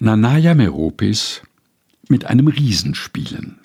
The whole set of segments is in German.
Nanaya Meropis mit einem Riesen spielen.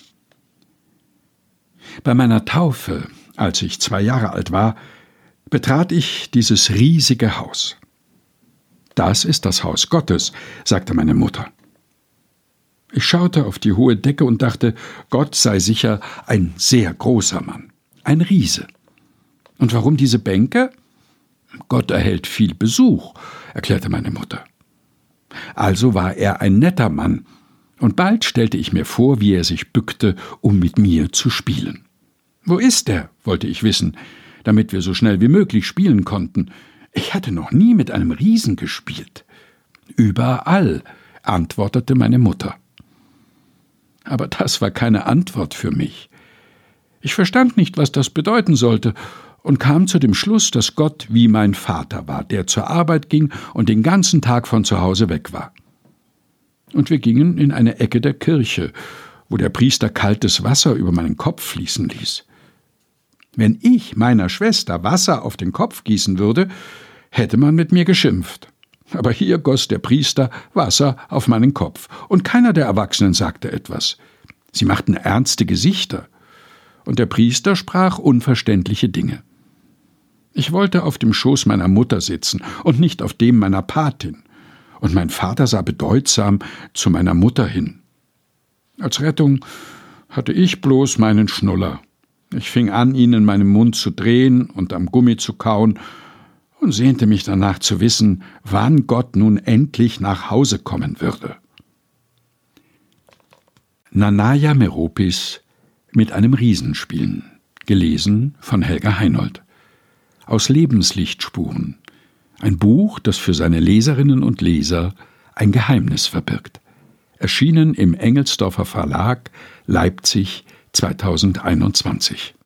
Bei meiner Taufe, als ich 2 Jahre alt war, betrat ich dieses riesige Haus. »Das ist das Haus Gottes«, sagte meine Mutter. Ich schaute auf die hohe Decke und dachte, Gott sei sicher ein sehr großer Mann, ein Riese. Und warum diese Bänke? Gott erhält viel Besuch, erklärte meine Mutter. Also war er ein netter Mann, und bald stellte ich mir vor, wie er sich bückte, um mit mir zu spielen. »Wo ist er?« wollte ich wissen, damit wir so schnell wie möglich spielen konnten. Ich hatte noch nie mit einem Riesen gespielt. »Überall«, antwortete meine Mutter. Aber das war keine Antwort für mich. Ich verstand nicht, was das bedeuten sollte, und kam zu dem Schluss, dass Gott wie mein Vater war, der zur Arbeit ging und den ganzen Tag von zu Hause weg war. Und wir gingen in eine Ecke der Kirche, wo der Priester kaltes Wasser über meinen Kopf fließen ließ. Wenn ich meiner Schwester Wasser auf den Kopf gießen würde, hätte man mit mir geschimpft. Aber hier goss der Priester Wasser auf meinen Kopf, und keiner der Erwachsenen sagte etwas. Sie machten ernste Gesichter, und der Priester sprach unverständliche Dinge. Ich wollte auf dem Schoß meiner Mutter sitzen und nicht auf dem meiner Patin, und mein Vater sah bedeutsam zu meiner Mutter hin. Als Rettung hatte ich bloß meinen Schnuller. Ich fing an, ihn in meinem Mund zu drehen und am Gummi zu kauen und sehnte mich danach zu wissen, wann Gott nun endlich nach Hause kommen würde. Nanaya Meropis mit einem Riesen spielen, gelesen von Helga Heinold. Aus Lebenslichtspuren, ein Buch, das für seine Leserinnen und Leser ein Geheimnis verbirgt. Erschienen im Engelsdorfer Verlag, Leipzig 2021.